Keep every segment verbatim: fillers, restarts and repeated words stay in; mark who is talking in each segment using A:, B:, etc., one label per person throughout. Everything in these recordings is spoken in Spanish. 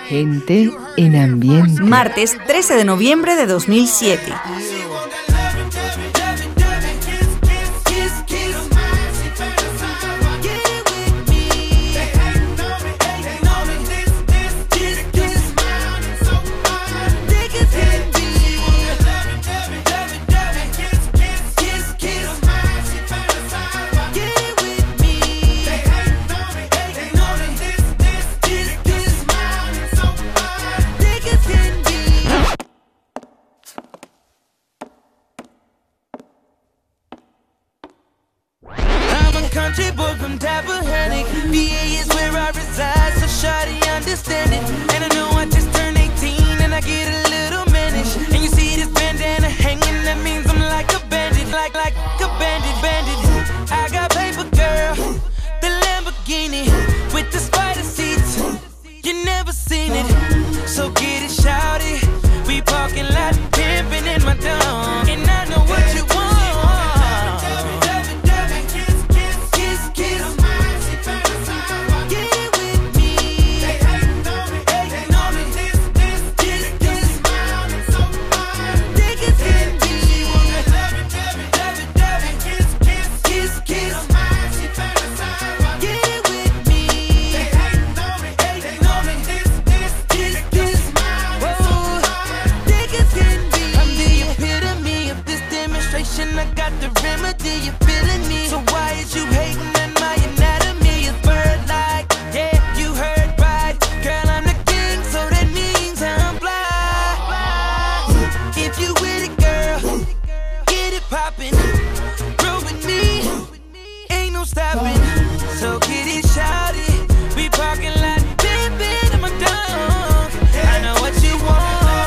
A: Gente en ambiente.
B: Martes trece de noviembre de dos mil siete.
C: Country boy from Tappahannock, V A is where I reside, so shawty understand it. And I know I just turned eighteen and I get a little mannish. And you see this bandana hanging, that means I'm like a bandit, like like a bandit, bandit. I got paper, girl, the Lamborghini with the spider seats. You never seen it, so get it, shawty. We parking lot pimping in my dome, and I know what you want. I got the remedy, you feeling me? So why is you hating on my anatomy? It's bird-like, yeah, you heard right. Girl, I'm the king, so that means I'm fly. If you with it, girl, get it poppin'. Roll with me, ain't no stopping. So get it shouted, we parking lot, pimpin' in my dome. I know what you want.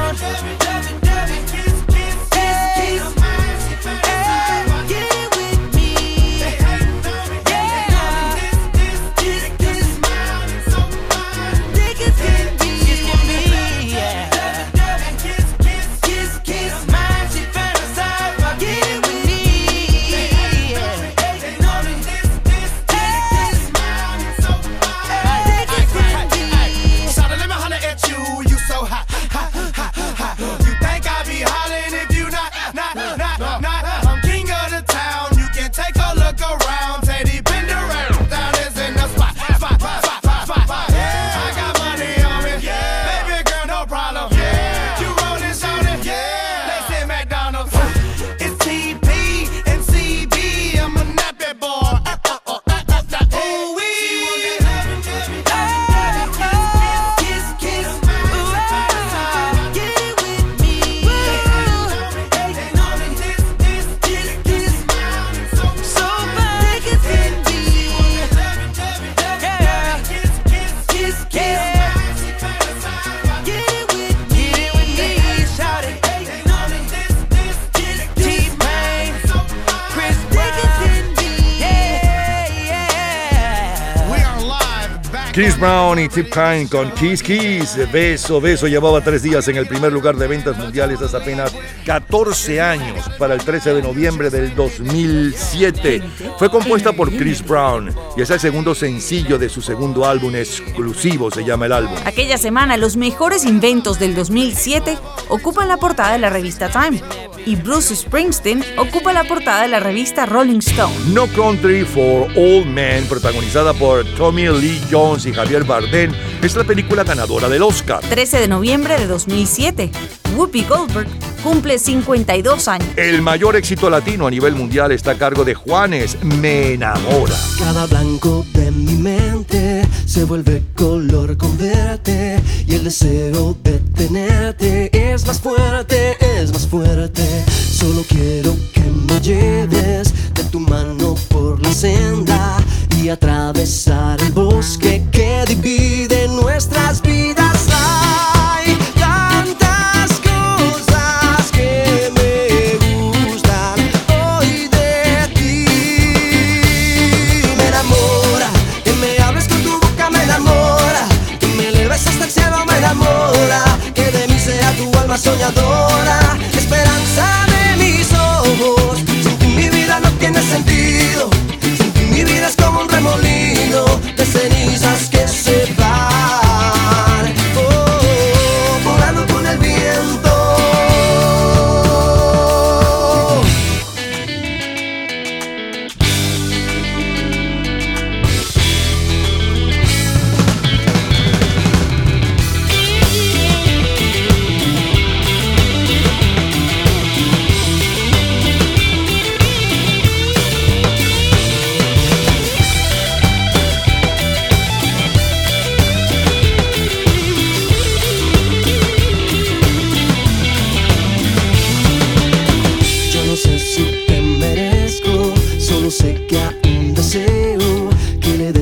D: Chris Brown y T-Pain con Kiss Kiss. Beso, beso. Llevaba tres días en el primer lugar de ventas mundiales hace apenas catorce años, para el trece de noviembre del dos mil siete. Fue compuesta por Chris Brown y es el segundo sencillo de su segundo álbum exclusivo, se llama el álbum.
B: Aquella semana, los mejores inventos del dos mil siete ocupan la portada de la revista Time y Bruce Springsteen ocupa la portada de la revista Rolling Stone.
D: No Country for Old Men, protagonizada por Tommy Lee Jones y Javier Bardem, es la película ganadora del Oscar.
B: trece de noviembre de dos mil siete, Whoopi Goldberg cumple cincuenta y dos años.
D: El mayor éxito latino a nivel mundial está a cargo de Juanes, Me Enamora.
E: Cada blanco de mi mente se vuelve color con verte y el deseo de tenerte es más fuerte, es más fuerte. Solo quiero que me lleves de tu mano por la senda y atravesar el bosque que divide nuestras vidas. Hay tantas cosas que me gustan hoy de ti. Me enamora que me hables con tu boca, me enamora que me eleves hasta el cielo, me enamora que de mí sea tu alma soñadora, esperanza de mis ojos. Sin ti mi vida no tiene sentido, sin ti mi vida es como un remolino de cenizas que se van. Oh.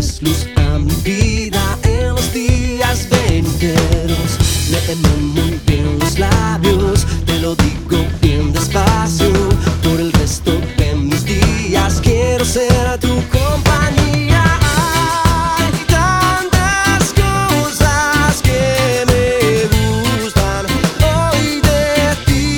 E: des luz a mi vida en los días venideros. Léeme muy bien los labios, te lo digo bien despacio. Por el resto de mis días quiero ser tu compañía. Hay tantas cosas que me gustan hoy de ti.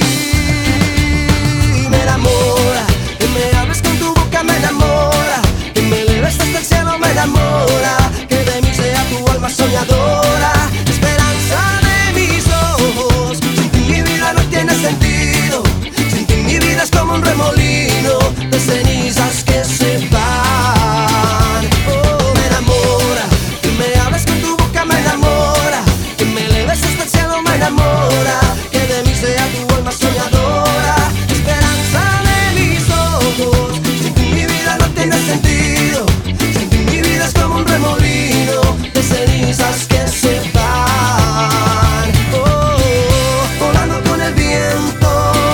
E: Me enamora, que me hables con tu boca, me enamora, que me eleves hasta el cielo, me enamora, que de mí sea tu alma soñadora, esperanza de mis ojos. Sin ti mi vida no tiene sentido, sin ti mi vida es como un remolino de cenizas que se van. Oh, me enamora, que me hables con tu boca, me enamora, que me eleves hasta el cielo, me enamora, que de mí sea tu alma soñadora, esperanza de mis ojos. Sin ti mi vida no tiene sentido, sin ti mi vida es como un remolino de cenizas que se van. Oh, volando con el viento.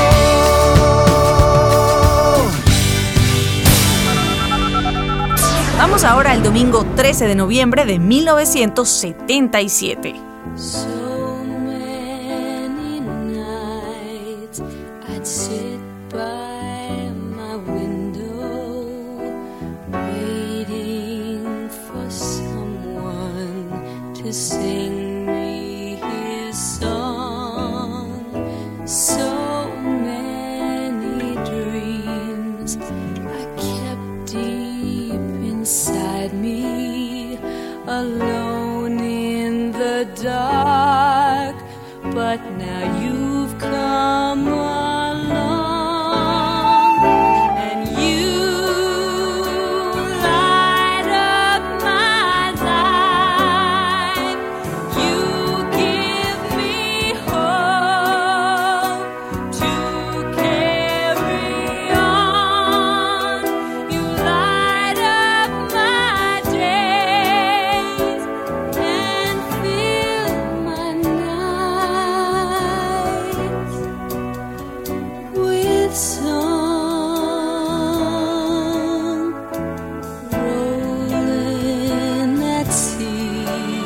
B: Vamos ahora al domingo trece de noviembre de mil novecientos setenta y siete.
F: So many nights I'd sit by my window, waiting for someone to sing me his song. So many dreams I kept deep inside me, alone in the dark, but now you've come along, and you light up my life. You give me hope to carry on. You light up my days and fill my nights with song. Rolling at sea,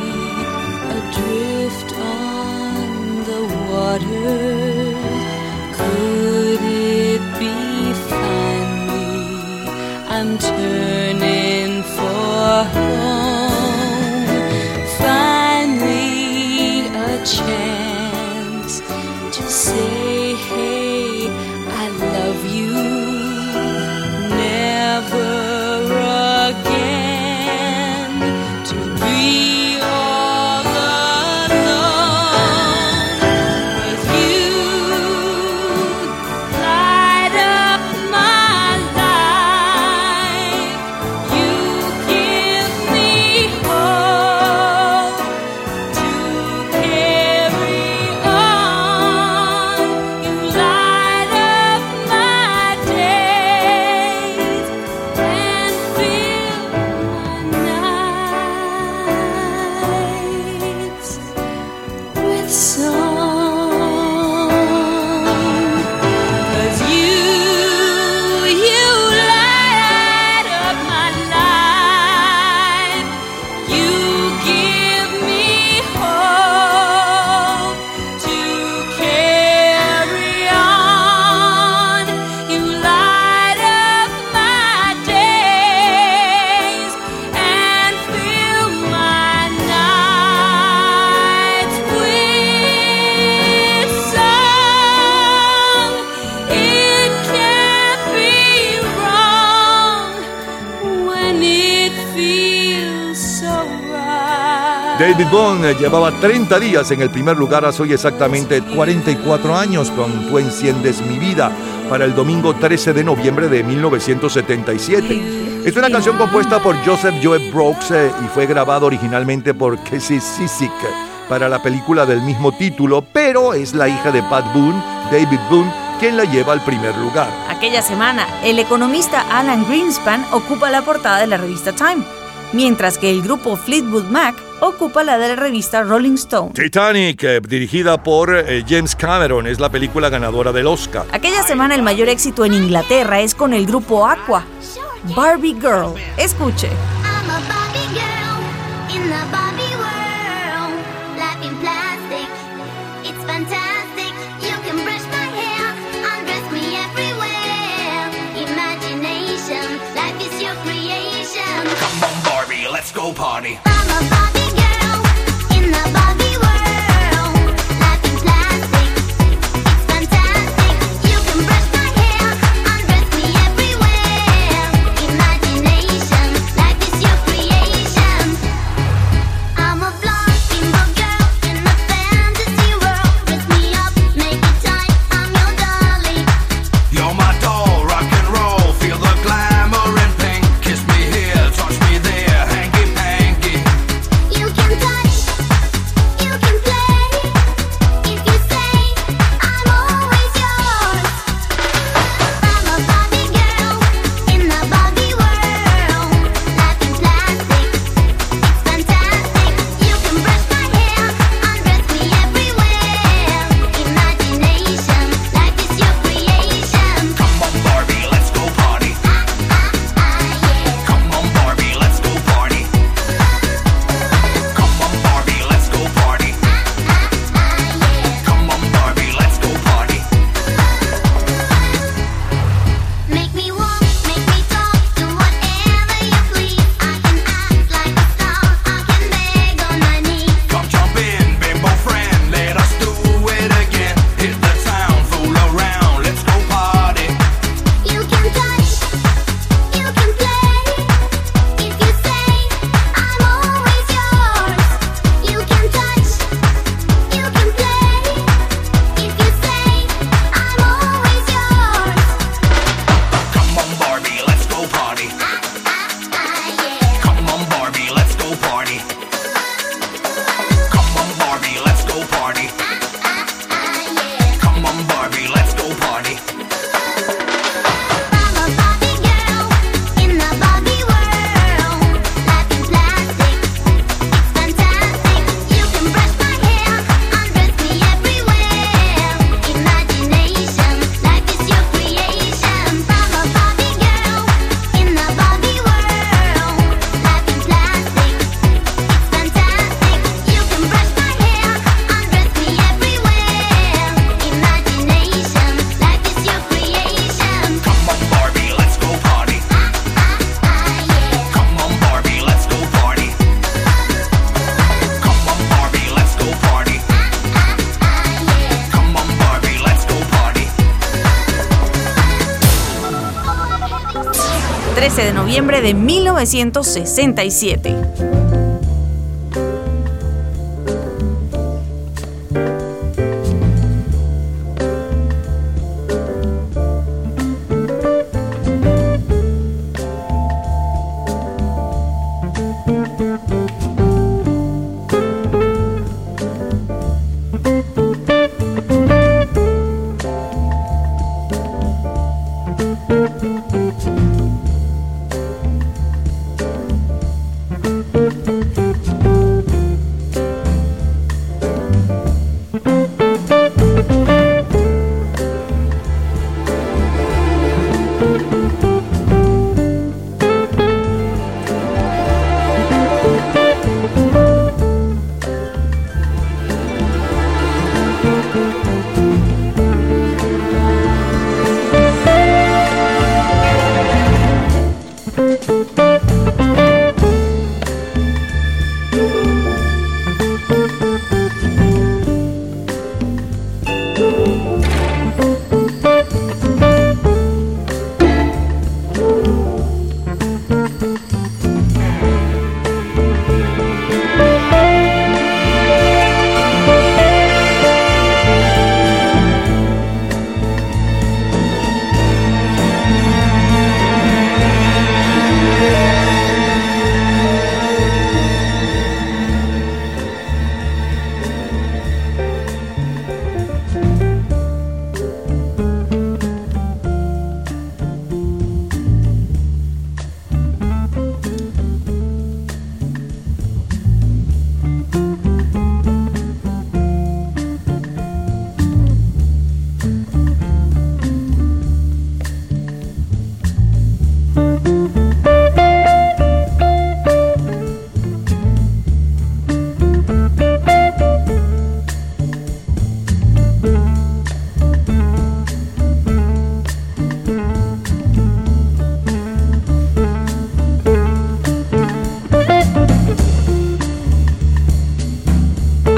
F: adrift on the water. Could it be finally I'm turning for home? Finally a chance to say, hey, I love you. Never again to be all alone. 'Cause you light up my life. You give me hope to carry on. You light up my days and fill my nights with song. 'Cause you, you light up my life. You give me hope to carry on. You light up my days and fill my nights with song. It can't be wrong when it feels so right.
D: David Bond llevaba treinta días en el primer lugar hace hoy exactamente cuarenta y cuatro años con Tú enciendes mi vida para el domingo trece de noviembre de mil novecientos setenta y siete. Es una canción compuesta por Joseph Joe Brooks eh, y fue grabada originalmente por Casey Sisek para la película del mismo título, pero es la hija de Pat Boone, David Boone, quien la lleva al primer lugar.
B: Aquella semana, el economista Alan Greenspan ocupa la portada de la revista Time, mientras que el grupo Fleetwood Mac ocupa la de la revista Rolling Stone.
D: Titanic, eh, dirigida por eh, James Cameron, es la película ganadora del Oscar.
B: Aquella semana el mayor éxito en Inglaterra es con el grupo Aqua, Barbie Girl. Escuche.
G: I'm a Barbie girl. in the Barbie world. Life in plastic, it's fantastic. You can brush my hair, undress me everywhere. Imagination, life is your creation.
C: Come on, Barbie, let's go party.
G: I'm a Barbie girl in the Barbie world. Life in plastic, it's fantastic. You can brush my hair, undress me everywhere. Imagination, life is your creation. I'm a blonde bimbo girl in a fantasy world. Dress me up, make it tight, I'm your dolly.
C: You're my doll, rock and roll. Feel the glamour and pink. Kiss me here, touch me there, hanky panky.
G: You can touch, you can play. If you say I'm always yours. I'm a Barbie girl in the Barbie world. Life in plastic, it's fantastic. You can brush my hair, undress me everywhere. Imagination, life is your creation.
C: Come on, Barbie, let's go party.
G: Ah, ah, ah, yeah.
C: Come on, Barbie, let's go party. Come on, Barbie, let's go party.
G: Ah, ah, yeah.
C: Come on, Barbie, let's go party.
G: Make me walk, make me talk, do whatever you please. I can act like a star, I can beg on my knees.
C: Come jump in, bimbo friend, let us do it again. Hit the town, fool around, let's go party.
G: You can touch, you can play. If you say I'm always yours. You can touch, you can play. If you say I'm always yours.
C: Come on, Barbie, let's go party.
G: Ah, ah, ah, yeah.
C: Come on, Barbie, let's go party. Come on, Barbie, let's go party.
G: Ah, ah, ah, yeah.
C: Come on, Barbie, let's go party.
G: I'm a Barbie girl in the Barbie world. Life in plastic, it's fantastic. You can brush my hair, undress me everywhere. Imagination, life is your creation. I'm a Barbie girl in the Barbie world. Life in plastic, it's fantastic. You can brush my hair, undress me everywhere. Imagination, life is your creation.
C: Come on, Barbie, let's go party.
G: Ah, ah, ah, yeah.
C: Come on, Barbie, let's go party. Come on, Barbie, let's go party.
G: Ah, ah, ah, yeah.
C: Come on, Barbie, let's go party.
B: trece de noviembre de mil novecientos sesenta y siete.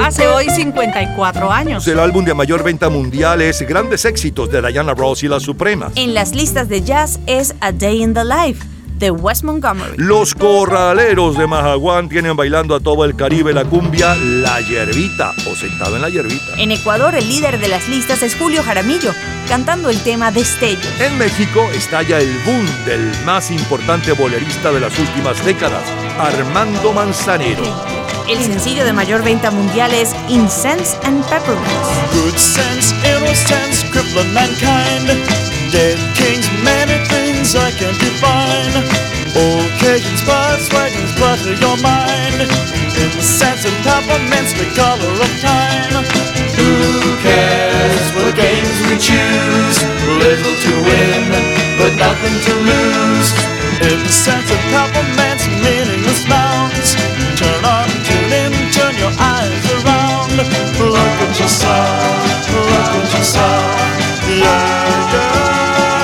B: Hace hoy cincuenta y cuatro años.
D: El álbum de mayor venta mundial es Grandes Éxitos de Diana Ross y las Supremas.
B: En las listas de jazz es A Day in the Life de Wes Montgomery.
D: Los Corraleros de Majaguán tienen bailando a todo el Caribe la cumbia La Yerbita o Sentado en la Yerbita.
B: En Ecuador, el líder de las listas es Julio Jaramillo, cantando el tema Destellos.
D: En México estalla el boom del más importante bolerista de las últimas décadas, Armando Manzanero.
B: El sencillo de mayor venta mundial es Incense and Peppermints.
H: Good sense, innocence, crippling mankind. Dead kings, many things I can't define. Occasions, spots, wagons, butter your mind. Incense and peppermints, the color of time. Who cares what games we choose? Little to win, but nothing to lose. Incense and peppermints, meaningless mounds. Turn on, tune in, turn your eyes around. Look at yourself, look at yourself, yeah, yeah.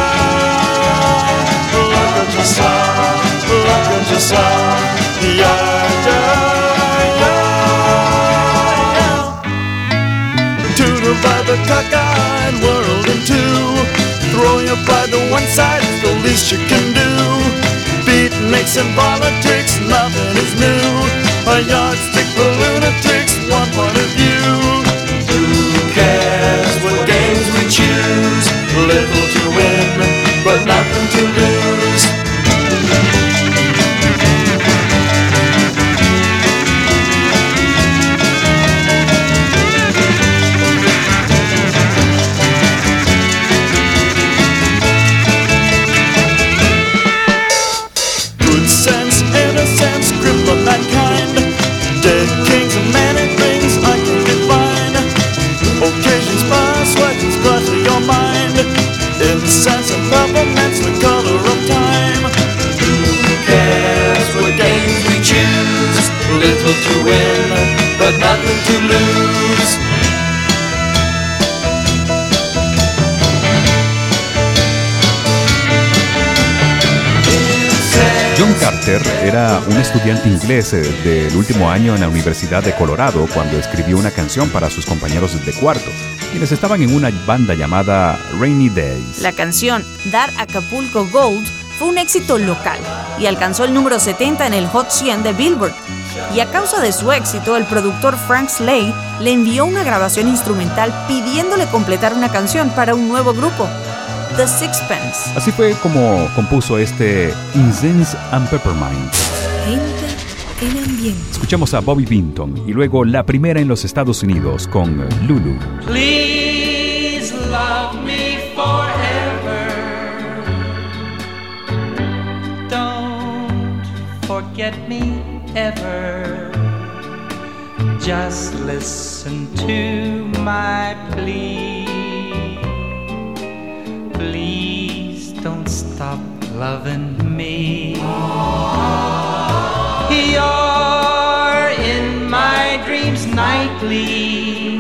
H: Look at yourself, look at yourself, yeah, yeah, yeah. To divide the cockeyed world in two. Throw your pride to one side, it's the least you can do. Beatniks and politics, nothing is new. A yardstick for lunatics, one point of view. Who cares what games we choose? Little to win, but nothing to lose. Good sense, innocence, grip of mankind. Dead kings and many things I can define. Occasions pass, sweatings butter your mind. Incense and peppermints, the color of time. Who cares what games we choose? Little to win, but nothing to lose.
I: John Carter era un estudiante inglés del último año en la Universidad de Colorado cuando escribió una canción para sus compañeros de cuarto, quienes estaban en una banda llamada Rainy Days.
B: La canción Dar Acapulco Gold fue un éxito local y alcanzó el número setenta en el Hot cien de Billboard. Y a causa de su éxito, el productor Frank Slade le envió una grabación instrumental pidiéndole completar una canción para un nuevo grupo, The Sixpence.
I: Así fue como compuso este Incense and Peppermints.
B: Entra en ambiente.
I: Escuchamos a Bobby Vinton y luego la primera en los Estados Unidos con Lulu.
C: Please love me forever. Don't forget me ever. Just listen to my plea. Please don't stop loving me. You're in my dreams nightly.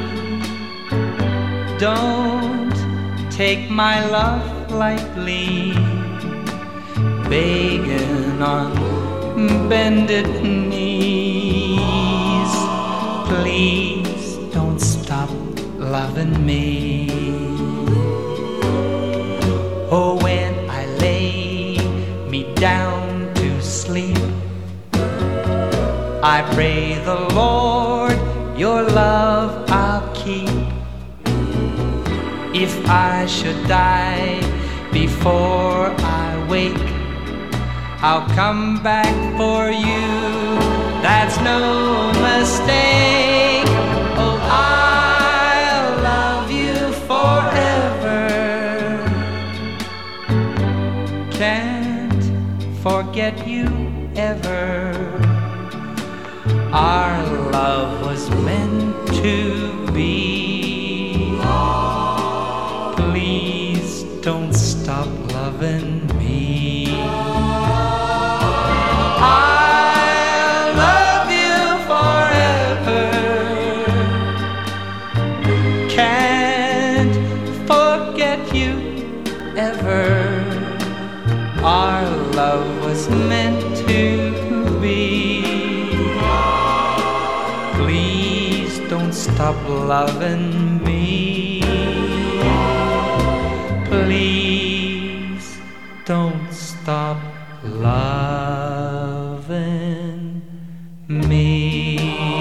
C: Don't take my love lightly. Begging on bended knees. Please don't stop loving me. Oh, when I lay me down to sleep, I pray the Lord your love I'll keep. If I should die before I wake, I'll come back for you, that's no mistake. Oh, I'll love you forever. Can't forget you ever. Our love was meant to be. Please don't stop loving me. I'll love you forever. Can't forget you ever. Our love was meant to be. Please
J: stop loving me. Please don't stop loving me.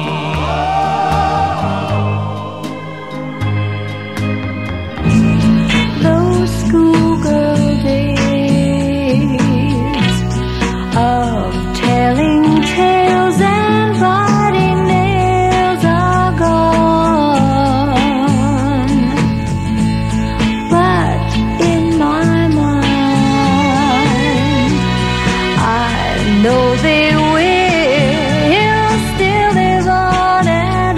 F: Those schoolgirl days of telling tales and biting nails are gone, but in my mind I know they will still live on and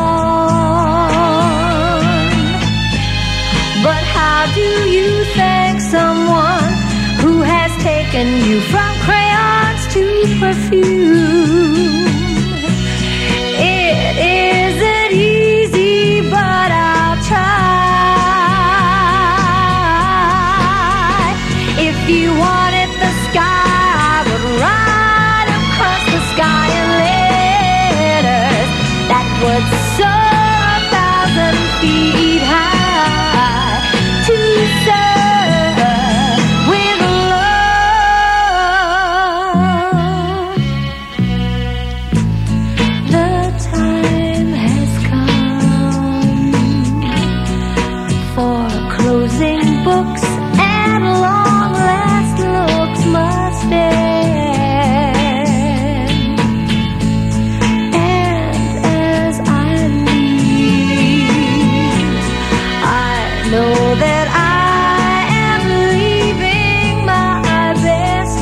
F: on. But how do you thank someone who has taken you from crayons to perfume? It isn't easy, but I'll try. If you wanted the sky, I would ride across the sky in letters that would soar a thousand feet high to serve with love. The time has come for closing books, and long last looks must end. And as I leave, I know that I am leaving my best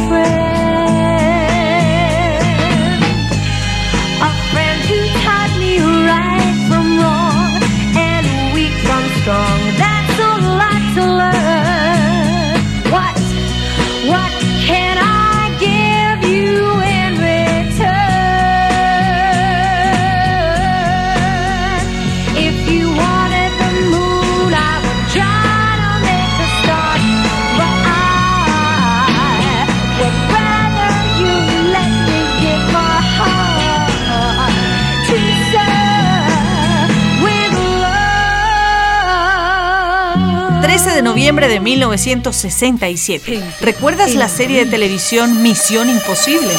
F: friend, a friend who taught me right from wrong and weak from strong. That's a lot to learn. What, what can I give you in return? If you wanted the moon, I would try to make a start, but I would rather you let me give my heart to serve with love.
B: trece de noviembre de mil novecientos sesenta y siete. ¿Recuerdas la serie de televisión Misión Imposible?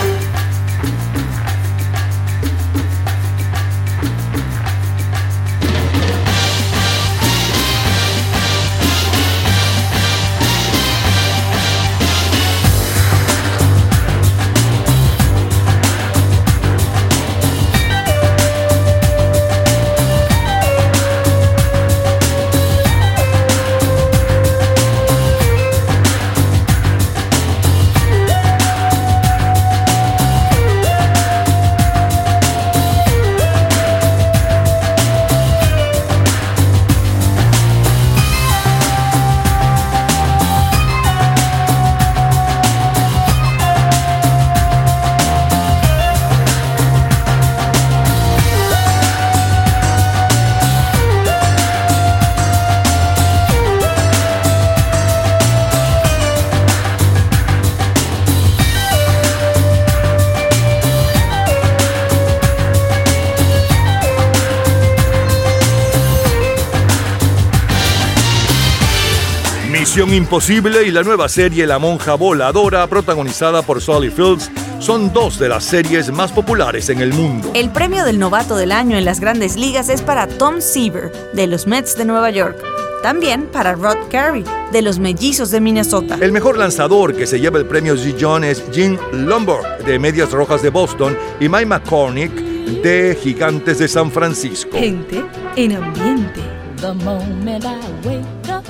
D: Misión Imposible y la nueva serie La Monja Voladora, protagonizada por Sally Fields, son dos de las series más populares en el mundo.
B: El premio del novato del año en las grandes ligas es para Tom Seaver, de los Mets de Nueva York. También para Rod Carey, de los Mellizos de Minnesota.
D: El mejor lanzador que se lleva el premio Cy Young es Gene Lombard, de Medias Rojas de Boston, y Mike McCormick, de Gigantes de San Francisco.
A: Gente en ambiente.
K: The moment I wake up,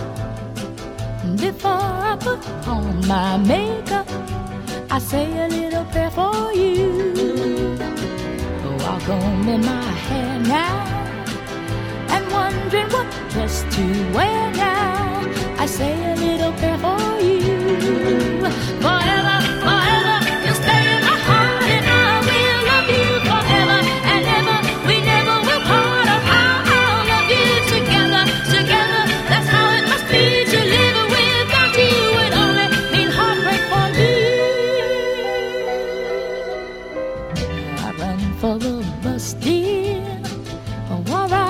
K: before I put on my makeup, I say a little prayer for you. Walk home in my hair now, and wondering what dress to wear now. I say a little prayer for you. Forever, forever, you'll stay in my heart, and I will love you forever and ever. We never will part. I'll, I'll love you together, together. That's how it must be to live without you. It only means heartbreak for me. I run for the bus, dear. Oh, all right.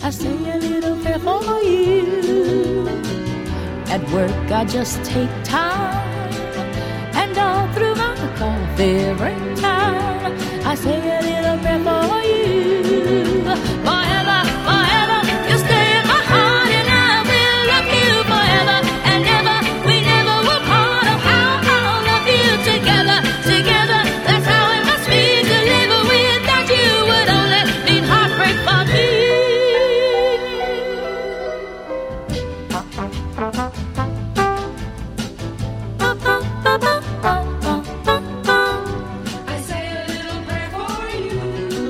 K: I say a little prayer for you. At work I just take time, and all through my coffee break time, I say a little prayer for you. Forever, forever, you stay in my heart, and I will love you forever and ever. We never will part. Oh, how I'll love you together, together. That's how it must be to live without you. Would only mean heartbreak for me. I say a little prayer for you.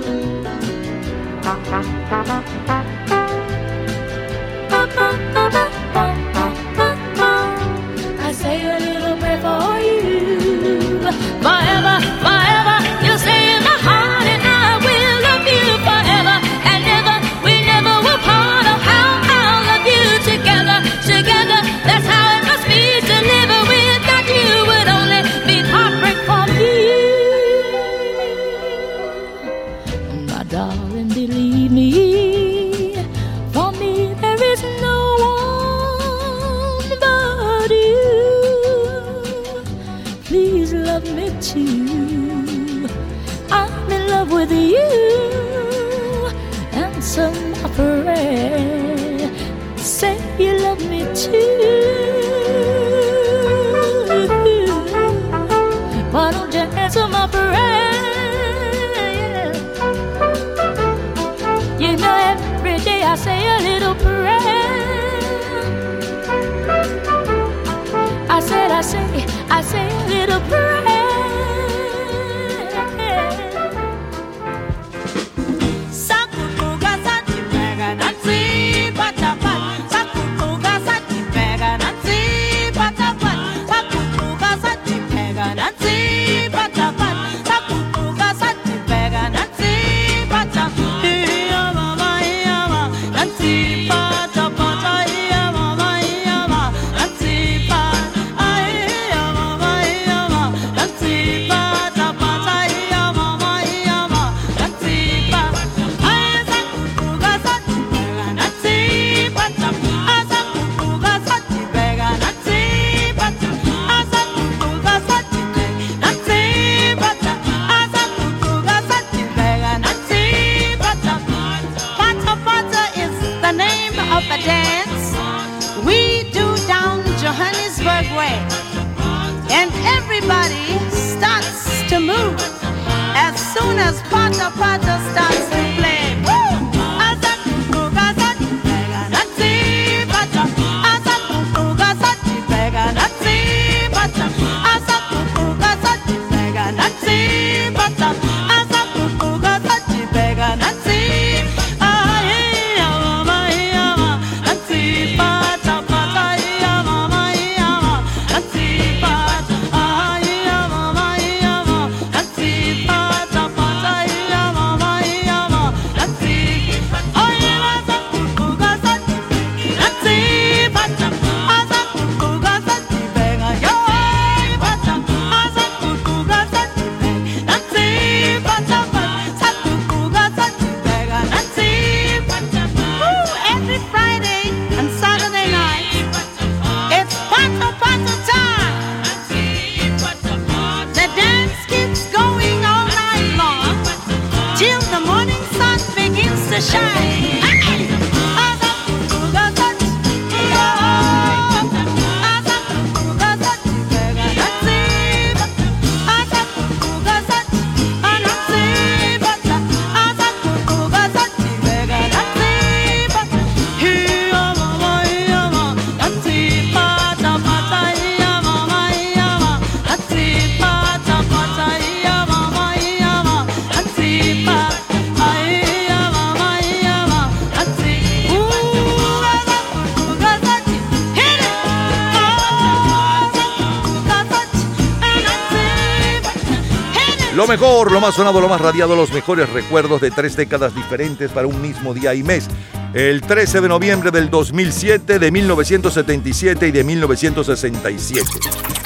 K: I say a little prayer for you. Forever, forever, you'll stay in my heart, and I will love you forever and ever. We never will part. Oh, how I'll love you together, together. That's how it must be to live without you. Would only mean heartbreak for me. My darling, believe me, for me there is no one but you. Please love me too. I'm in love with you. Answer my prayer. Say you love me too. Why don't you answer my prayer? You know every day I say a little prayer. I said I say, I say a little prayer.
F: Sakutuga sati pega nansi patapat. Sakutuga sati pega nansi patapat. Sakutuga sati pega nansi patapat. Sakutuga sati pega nansi patapat. Iya mama iya mama nansi patapat. Iya mama iya mama nansi pat. Iya mama iya mama nansi patapat. Iya mama iya mama nansi pat. Ay sakutuga sati pega nansi patapat. Sakutuga sati pega nansi patapat. Sakutuga sati pega nansi patapat. Sakutuga sati pega nansi patapat. Pata pata is the name of a dance we do down Johannesburg way, and everybody starts to move as soon as pata pata starts to play. Woo! Asakutuga sati pega nansi patapat. Asakutuga sati pega nansi patapat. Asakutuga sati pega nansi patapat. Asakutuga sati pega nansi. Ay, ya mama, ya mama, nansi patapat. Ay, ya mama, ya mama, nansi pat. Ay, ya mama, ya mama, nansi patapat. Ay, ya mama, ya mama, nansi. Ay, asakutuga sati nansi patapat. Asakutuga sati pega yo ay patapat. Asakutuga sati pega nansi patapat. Sakutuga sati pega nansi patapat. Woo! Every Friday and Saturday night, it's pata pata time. The dance keeps going all night long till the morning sun begins to shine. Hey! Asakutuga sati, yeah. Asakutuga sati pega nansi patapat. Asakutuga sati, ah, nansi patapat. Asakutuga sati pega nansi patapat. Iya mama, iya mama, nansi patapat. Iya mama, iya mama, nansi patapat. Iya mama, iya mama, nansi pat. Iya mama, iya mama, nansi. Ooh, asakutuga sati, hit it. Oh, asakutuga sati, ah, nansi patapat. Hit it.
D: Lo mejor, lo más sonado, lo más radiado, los mejores recuerdos de tres décadas diferentes para un mismo día y mes. El trece de noviembre del dos mil siete, de mil novecientos setenta y siete y de mil novecientos sesenta y siete.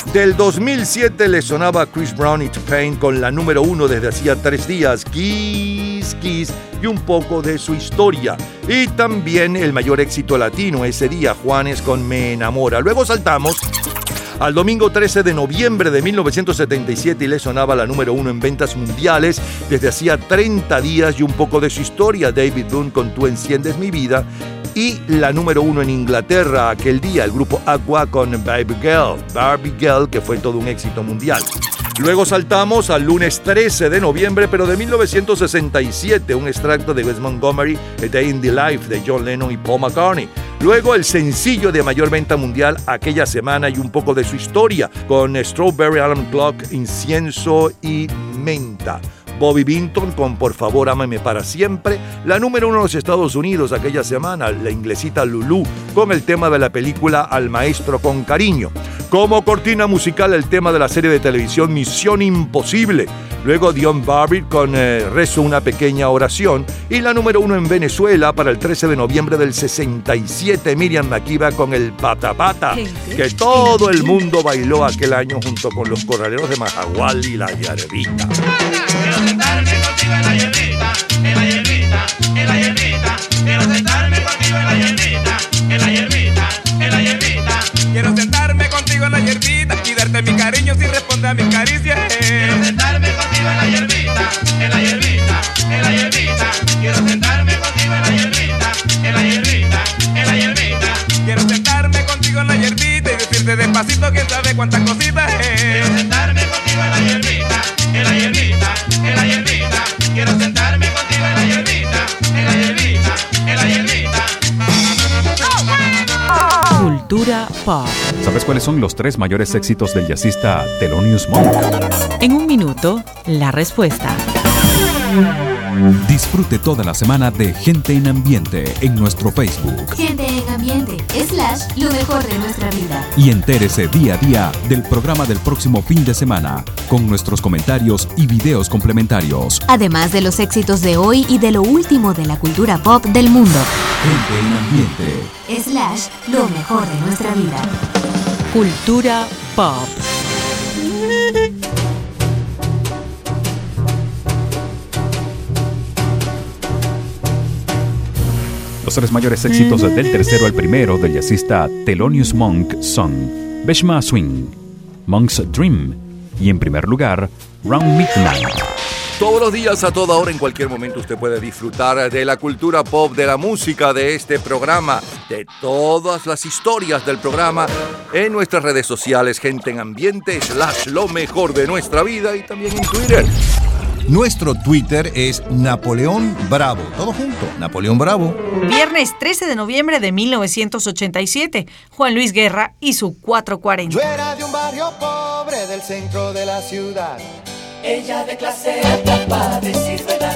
D: Del dos mil siete le sonaba a Chris Brown y T-Pain con la número uno desde hacía tres días, Kiss Kiss, y un poco de su historia. Y también el mayor éxito latino ese día, Juanes con Me Enamora. Luego saltamos al domingo trece de noviembre de mil novecientos setenta y siete y le sonaba la número uno en ventas mundiales desde hacía treinta días y un poco de su historia, David Boone con Tú enciendes mi vida, y la número uno en Inglaterra aquel día, el grupo Aqua con Barbie Girl, Barbie Girl, que fue todo un éxito mundial. Luego saltamos al lunes trece de noviembre, pero de mil novecientos sesenta y siete, un extracto de Wes Montgomery, A Day in the Life de John Lennon y Paul McCartney. Luego el sencillo de mayor venta mundial aquella semana y un poco de su historia, con Strawberry Alarm Clock, Incienso y Menta. Bobby Vinton con Por favor ámame para siempre, la número uno en los Estados Unidos aquella semana, la inglesita Lulu con el tema de la película Al maestro con cariño. Como cortina musical el tema de la serie de televisión Misión Imposible. Luego Dion Barbie con eh, Rezo una pequeña oración, y la número uno en Venezuela para el trece de noviembre del sesenta y siete, Miriam Makeba con el Pata Pata, que todo el mundo bailó aquel año junto con los corraleros de Majagual y la Yerbita.
C: Quiero sentarme contigo en la hierbita, en la hierbita, en la hierbita. Quiero sentarme contigo en la hierbita, en la hierbita, en la hierbita. Quiero sentarme contigo en la hierbita y darte mi cariño si responde a mis caricias. Quiero sentarme contigo en la hierbita, en la hierbita, en la hierbita. Quiero sentarme contigo en la hierbita, en la hierbita, en la hierbita. Quiero sentarme contigo en la hierbita y decirte despacito que sabe cuántas cositas es. Quiero sentarme contigo en la hierbita, en la hierbita, en la hierbita. Quiero sentarme contigo en la hierbita, en la hierbita, en la hierbita.
A: Cultura pop.
I: ¿Sabes cuáles son los tres mayores éxitos del jazzista Thelonious Monk?
A: En un minuto, la respuesta.
L: Disfrute toda la semana de Gente en Ambiente en nuestro Facebook.
G: Gente en Ambiente, slash, lo mejor de nuestra vida.
L: Y entérese día a día del programa del próximo fin de semana, con nuestros comentarios y videos complementarios.
G: Además de los éxitos de hoy y de lo último de la cultura pop del mundo.
L: Gente en Ambiente,
G: slash, lo mejor de nuestra vida.
A: Cultura pop.
I: Los tres mayores éxitos del tercero al primero del jazzista Thelonious Monk son Beshma Swing, Monk's Dream y, en primer lugar, Round Midnight.
D: Todos los días, a toda hora, en cualquier momento, usted puede disfrutar de la cultura pop, de la música, de este programa, de todas las historias del programa en nuestras redes sociales, Gente en Ambiente, slash lo mejor de nuestra vida, y también en Twitter.
M: Nuestro Twitter es Napoleón Bravo. Todo junto, Napoleón Bravo.
B: Viernes trece de noviembre de mil novecientos ochenta y siete, Juan Luis Guerra y su cuatro cuarenta.
N: Yo era de un barrio pobre del centro de la ciudad. Ella de clase alta para decir verdad.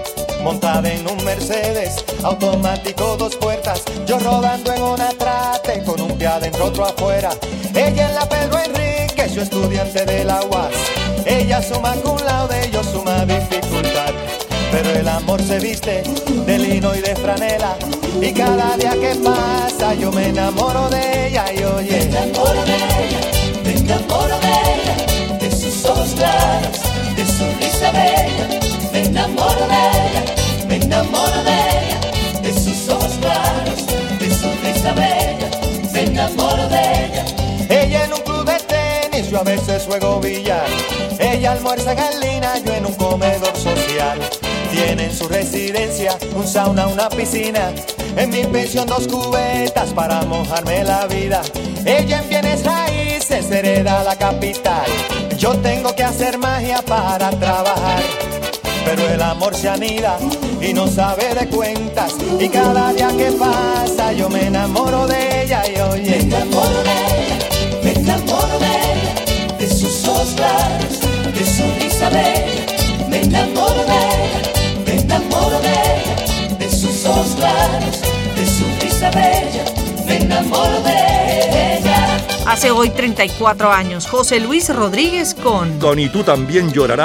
N: Montada en un Mercedes, automático dos puertas. Yo rodando en una trate, con un pie adentro, otro afuera. Ella en la Pedro Enrique, yo estudiante de la U A S. Ella suma cum laude, yo suma dificultad. Pero el amor se viste de lino y de franela. Y cada día que pasa yo me enamoro de ella. Y oye, me enamoro de ella, me enamoro de ella. De sus ojos claros, de su risa bella. Me enamoro de ella, me enamoro de ella. De sus ojos claros, de su risa bella. Me enamoro de ella. Ella en un club de tenis, yo a veces juego billar. Ella almuerza en línea, yo en un comedor social. Tiene en su residencia un sauna, una piscina. En mi pensión dos cubetas para mojarme la vida. Ella en bienes raíces hereda la capital. Yo tengo que hacer magia para trabajar. Pero el amor se anida y no sabe de cuentas. Y cada día que pasa yo me enamoro de ella. Y oye, me enamoro de ella, me enamoro de ella. De sus ojos claros, de su risa bella. Me enamoro de ella, me enamoro de ella. De sus ojos claros, de su risa bella. Me enamoro de ella.
B: Hace hoy treinta y cuatro años, José Luis Rodríguez con...
D: Con Y tú también llorarás.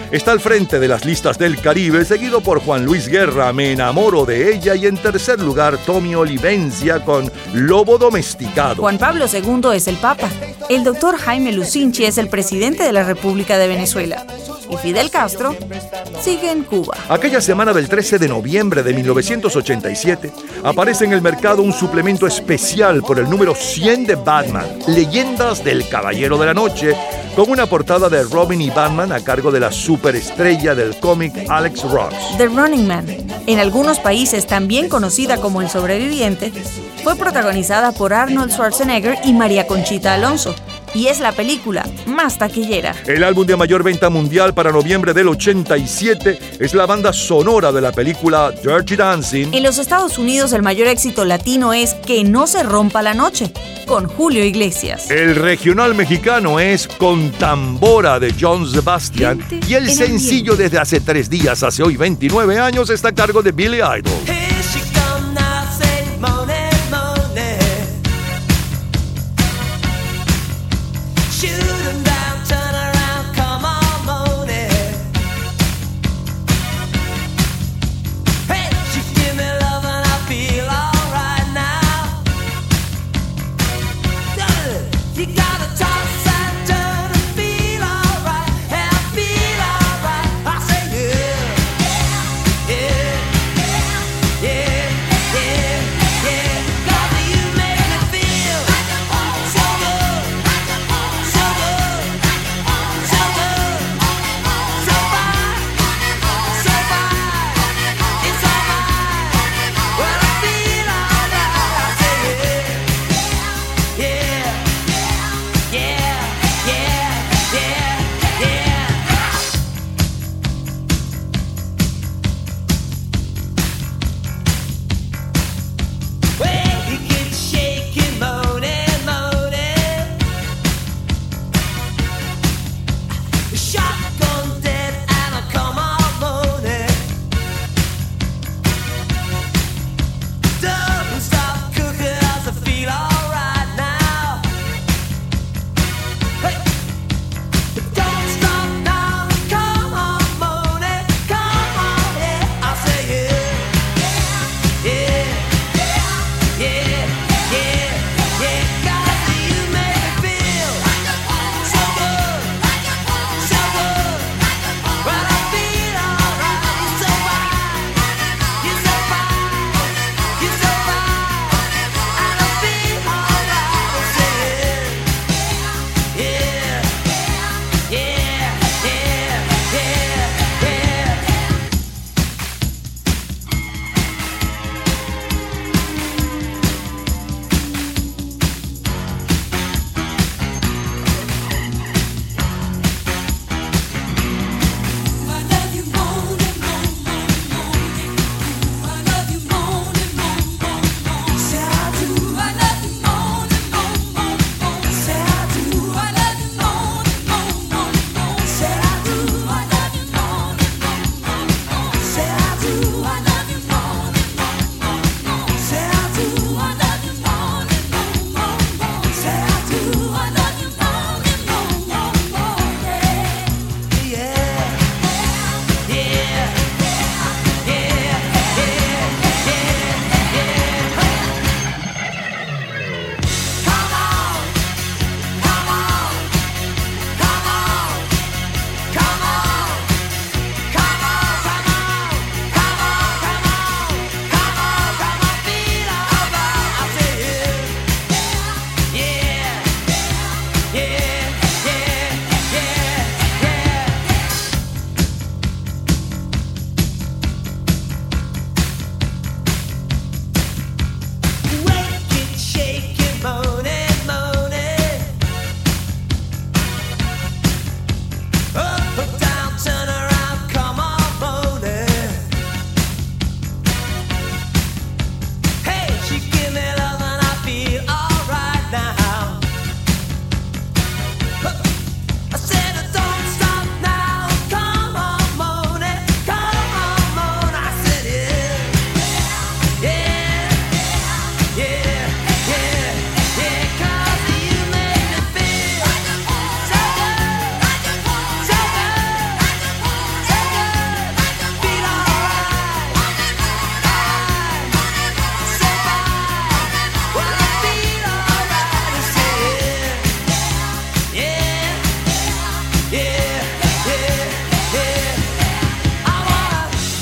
D: Está al frente de las listas del Caribe, seguido por Juan Luis Guerra, Me enamoro de ella, y en tercer lugar Tommy Olivencia con Lobo domesticado.
B: Juan Pablo segundo es el Papa. El doctor Jaime Lucinchi es el presidente de la República de Venezuela. Y Fidel Castro sigue en Cuba.
D: Aquella semana del trece de noviembre de mil novecientos ochenta y siete aparece en el mercado un suplemento especial por el número cien de Batman, Leyendas del Caballero de la Noche, con una portada de Robin y Batman a cargo de la superestrella del cómic Alex Ross.
B: The Running Man, en algunos países también conocida como El Sobreviviente, fue protagonizada por Arnold Schwarzenegger y María Conchita Alonso, y es la película más taquillera.
D: El álbum de mayor venta mundial para noviembre del ochenta y siete es la banda sonora de la película Dirty Dancing.
B: En los Estados Unidos el mayor éxito latino es Que no se rompa la noche, con Julio Iglesias.
D: El regional mexicano es Con Tambora de John Sebastian, y el sencillo desde hace tres días, hace hoy veintinueve años, está a cargo de Billy Idol.
C: Yeah.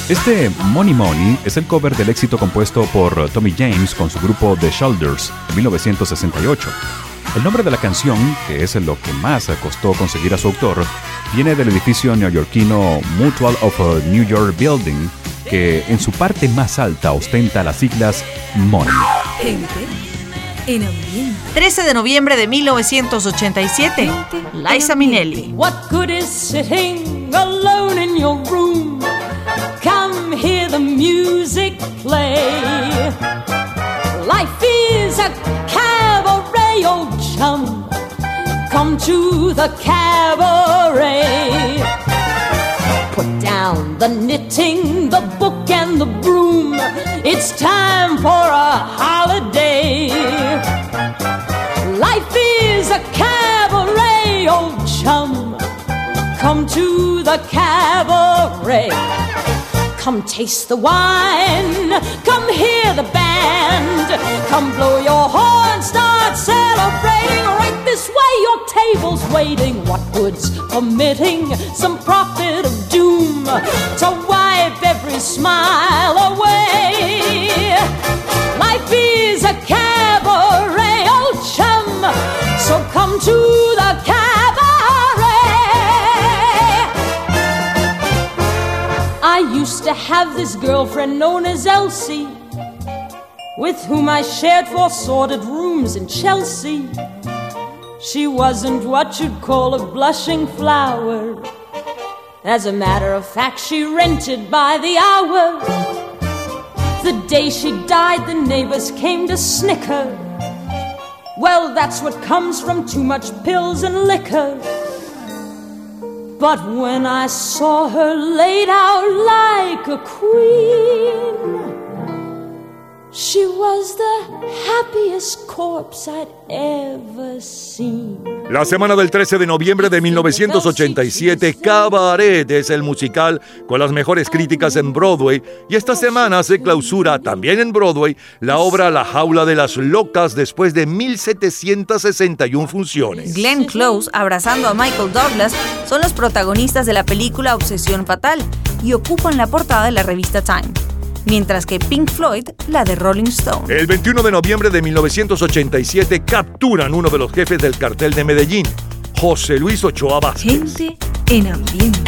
I: Este Money Money es el cover del éxito compuesto por Tommy James con su grupo The Shoulders en mil novecientos sesenta y ocho. El nombre de la canción, que es lo que más costó conseguir a su autor, viene del edificio neoyorquino Mutual of New York Building, que en su parte más alta ostenta las siglas Money.
B: Gente en ambiente. trece de noviembre de mil novecientos ochenta y siete, Liza Minnelli.
K: What good is sitting alone in your room? Come hear the music play. Life is a cabaret, old chum. Come to the cabaret. Put down the knitting, the book and the broom. It's time for a holiday. Life is a cabaret, old chum. Come to the cabaret. Come taste the wine. Come hear the band. Come blow your horn, start celebrating. Right this way, your table's waiting. What good's permitting some prophet of doom to wipe every smile away? Life is a cabaret, old chum. So come to the cabaret. I used to have this girlfriend known as Elsie, with whom I shared four sordid rooms in Chelsea. She wasn't what you'd call a blushing flower. As a matter of fact, she rented by the hour. The day she died, the neighbors came to snicker. Well, that's what comes from too much pills and liquor. But when I saw her laid out like a queen, she was the happiest corpse I'd ever seen.
D: La semana del trece de noviembre de mil novecientos ochenta y siete, Cabaret es el musical con las mejores críticas en Broadway, y esta semana se clausura también en Broadway la obra La Jaula de las Locas después de mil setecientas sesenta y una funciones.
B: Glenn Close, abrazando a Michael Douglas, son los protagonistas de la película Obsesión Fatal y ocupan la portada de la revista Time, mientras que Pink Floyd la de Rolling Stone.
D: El veintiuno de noviembre de mil novecientos ochenta y siete capturan uno de los jefes del cartel de Medellín, José Luis Ochoa Vázquez.
B: Gente en ambiente.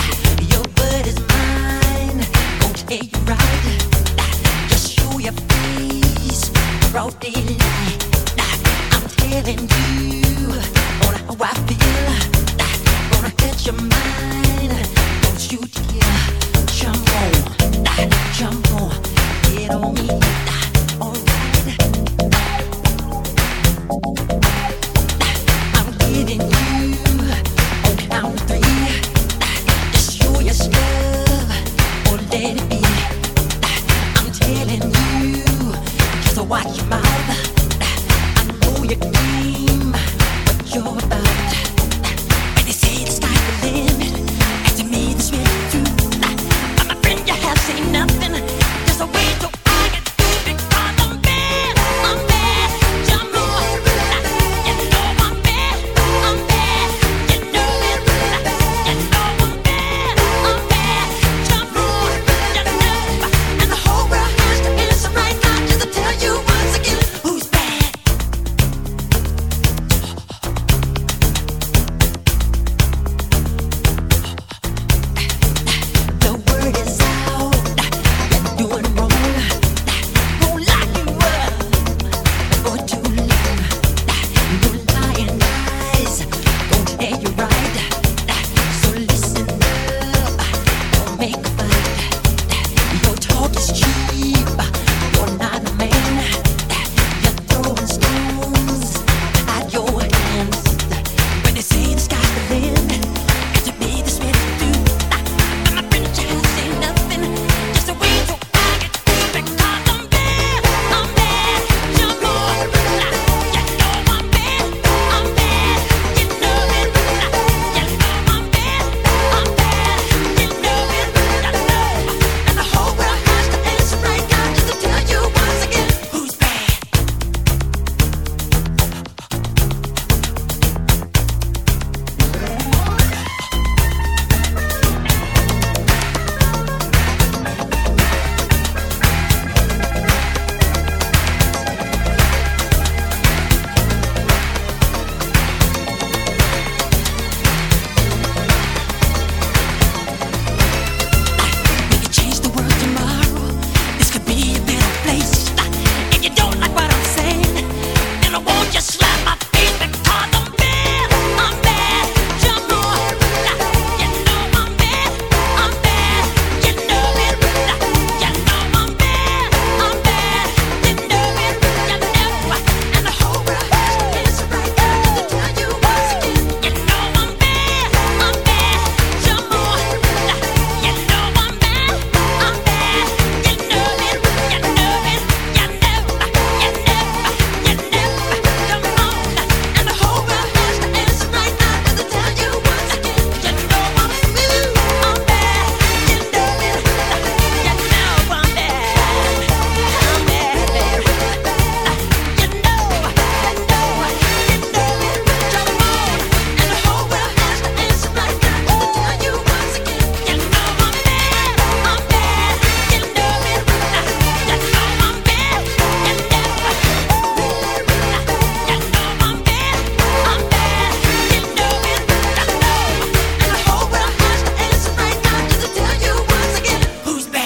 C: Jump on, get on me, alright. I'm giving you on count of three. Just show your stuff or let it be. I'm telling you, just watch your mouth. I know your game, what you're about. And they say the sky's the limit, and to me this really true. I'm a friend, you have seen nothing. There's a way to I can do.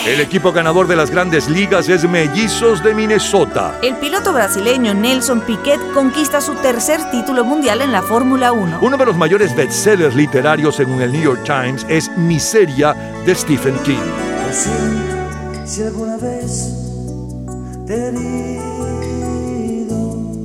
D: El equipo ganador de las grandes ligas es Mellizos de Minnesota.
B: El piloto brasileño Nelson Piquet conquista su tercer título mundial en la Fórmula uno.
D: Uno de los mayores bestsellers literarios según el New York Times es Miseria de Stephen King.
O: Lo siento si alguna vez te he herido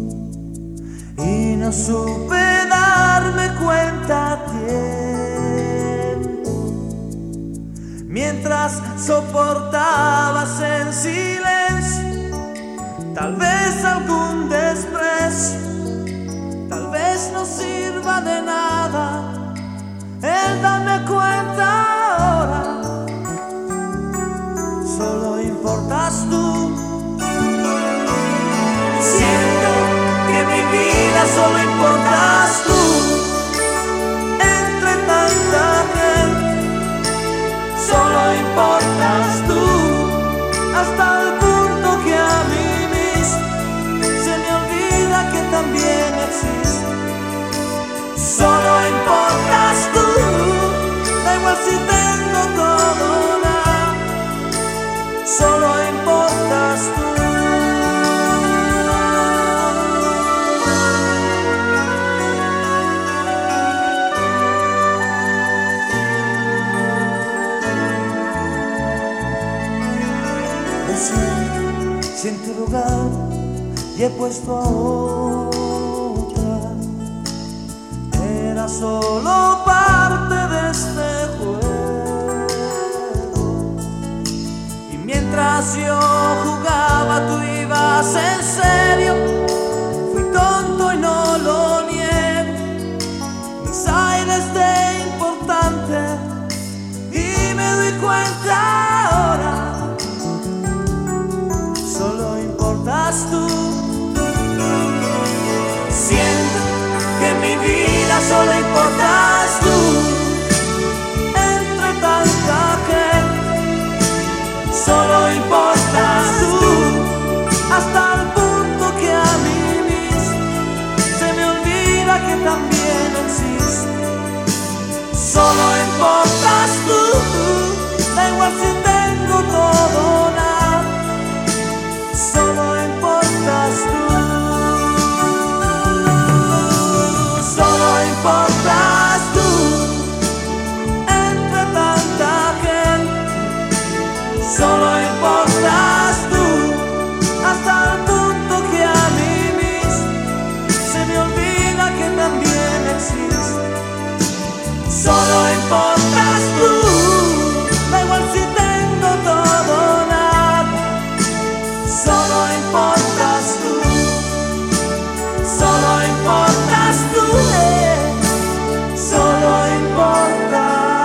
O: y no supe darme cuenta a tiempo, mientras soportabas en silencio tal vez algún desprecio, tal vez no sirva de nada el darme cuenta ahora. Solo importas tú. Siento que mi vida solo importas tú. Entre tanta gente, solo importas tú. Hasta el punto que a mí mismo se me olvida que también existe. Solo importas tú. Da igual si tengo todo o nada. Solo importas tú. Lo siento, si en tu lugar y he puesto a otra, era solo parte de este juego. Mientras yo jugaba, tú ibas en serio. Fui tonto y no lo niego. Mis aires de importante y me doy cuenta ahora. Solo importas tú. Siento que en mi vida solo importas tú. Entre tanta gente, solo importas tú, hasta el punto que a mí mismo se me olvida que también existe. Solo importas tú, da igual si tengo todo o nada. Solo importas tú. Solo importas tú, entre tanta gente. Solo importas tú, hasta el punto que a mí mismo se me olvida que también existe. Solo importas tú, da igual si tengo todo o nada. Solo importas tú, solo importas tú, eh. Solo importas.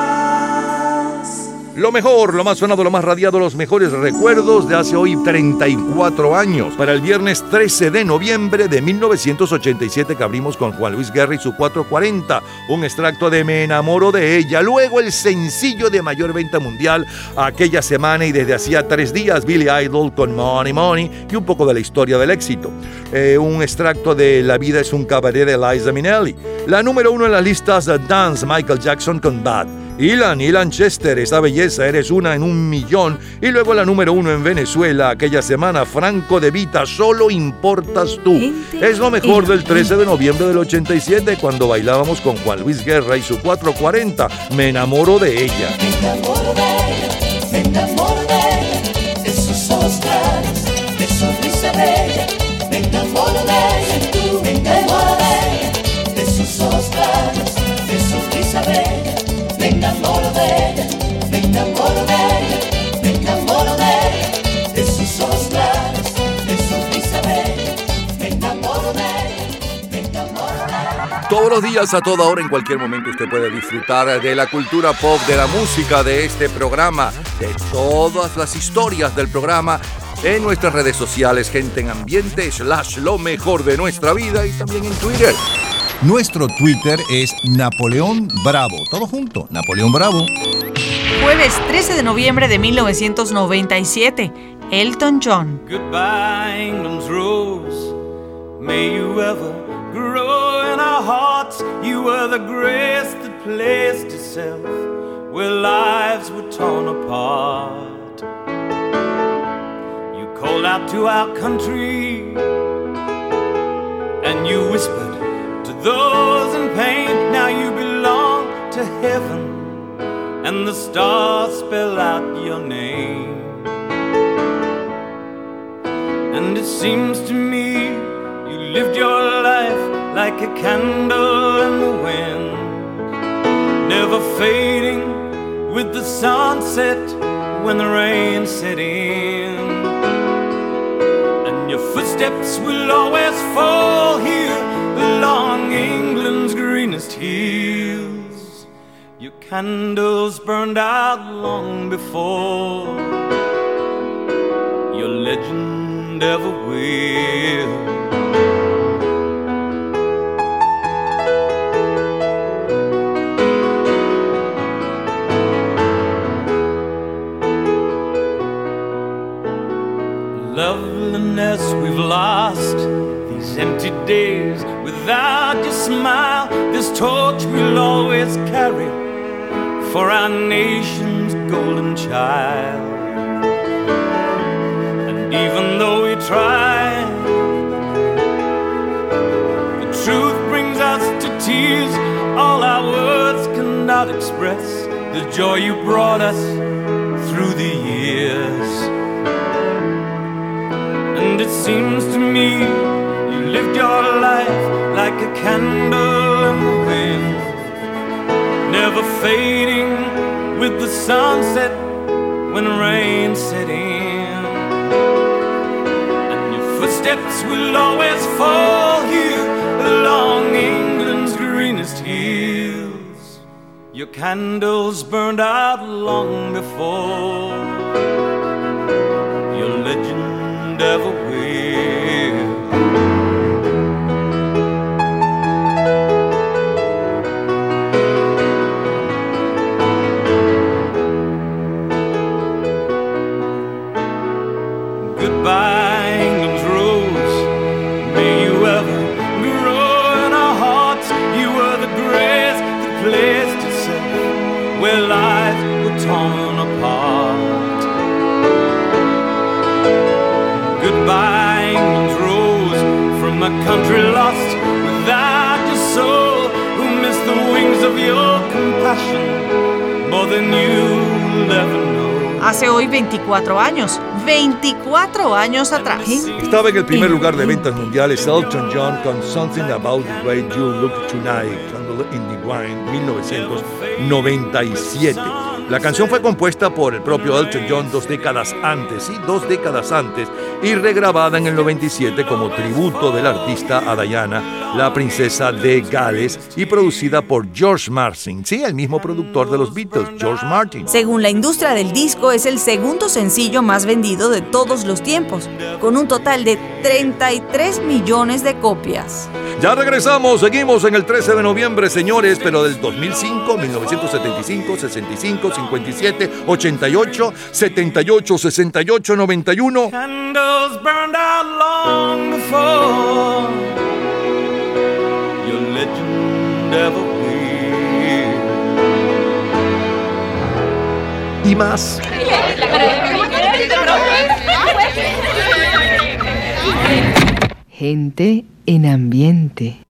D: Lo mejor, lo más sonado, lo más radiado, los mejores recuerdos de hace hoy treinta y cuatro años. Para el viernes trece de noviembre de mil novecientos ochenta y siete que abrimos con Juan Luis Guerra y su cuatrocientos cuarenta. Un extracto de Me enamoro de ella. Luego el sencillo de mayor venta mundial aquella semana y desde hacía tres días, Billy Idol con Money Money y un poco de la historia del éxito. Eh, un extracto de La vida es un cabaret de Liza Minnelli. La número uno en las listas de Dance, Michael Jackson con Bad. Ilan, Ilan Chester, esa belleza, eres una en un millón. Y luego la número uno en Venezuela aquella semana, Franco De Vita, Solo importas tú. Es lo mejor del trece de noviembre del ochenta y siete cuando bailábamos con Juan Luis Guerra y su cuatrocientos cuarenta. Me enamoro de ella.
P: Me enamoro de ella, me enamoro de ella, de sus ojos claros, de su risa bella. Me enamoro de ella, tú me enamoro de ella, de sus ojos claros, de su risa bella. Me enamoro de ella, me enamoro de ella, me enamoro de ella, de sus ojos claros, de su risa bella. Me enamoro de ella, me enamoro de ella.
D: Todos los días, a toda hora, en cualquier momento usted puede disfrutar de la cultura pop, de la música, de este programa, de todas las historias del programa en nuestras redes sociales, Gente en Ambiente, slash lo mejor de nuestra vida y también en Twitter.
M: Nuestro Twitter es Napoleón Bravo. Todo junto, Napoleón Bravo.
B: Jueves trece de noviembre de mil novecientos noventa y siete. Elton John.
Q: Goodbye, England's rose. May you ever grow in our hearts. You were the grace that placed itself where lives were torn apart. called out to our country, and you whispered to those in pain, now you belong to heaven, and the stars spell out your name. And it seems to me you lived your life like a candle in the wind, never fading with the sunset when the rain set in. And your footsteps will always fall here along England's greenest hills. Your candles burned out long before your legend ever will. Loveliness we've lost, these empty days without your smile, this torch we'll always carry for our nation's golden child. And even though we try, the truth brings us to tears. All our words cannot express the joy you brought us through the years. And it seems to me you lived your life like a candle in the wind, never fading with the sunset when rain set in. And your footsteps will always fall here along England's greenest hills. Your candles burned out long before your legend ever will. Goodbye, England's rose. May you ever grow in our hearts. You were the grace that placed itself where lives were torn apart. Goodbye, England's rose, from a country lost without your soul, who missed the wings of your compassion more than you'll ever know.
B: Hace hoy veinticuatro años, veinticuatro años atrás.
D: Estaba en el primer lugar de ventas mundiales Elton John con Something About the Way You Look Tonight, Candle in the Wind, mil novecientos noventa y siete. La canción fue compuesta por el propio Elton John dos décadas antes, sí, dos décadas antes, y regrabada en el noventa y siete como tributo del artista a Diana, la princesa de Gales, y producida por George Martin, sí, el mismo productor de los Beatles, George Martin.
B: Según la industria del disco, es el segundo sencillo más vendido de todos los tiempos, con un total de treinta y tres millones de copias.
D: Ya regresamos, seguimos en el trece de noviembre, señores, pero del dos mil cinco, mil novecientos setenta y cinco, sesenta y cinco, cincuenta y siete, ochenta y ocho, setenta y ocho, sesenta y ocho, noventa y uno.
Q: Candles burned out long before your legend ever will.
D: Y más.
R: Gente en ambiente.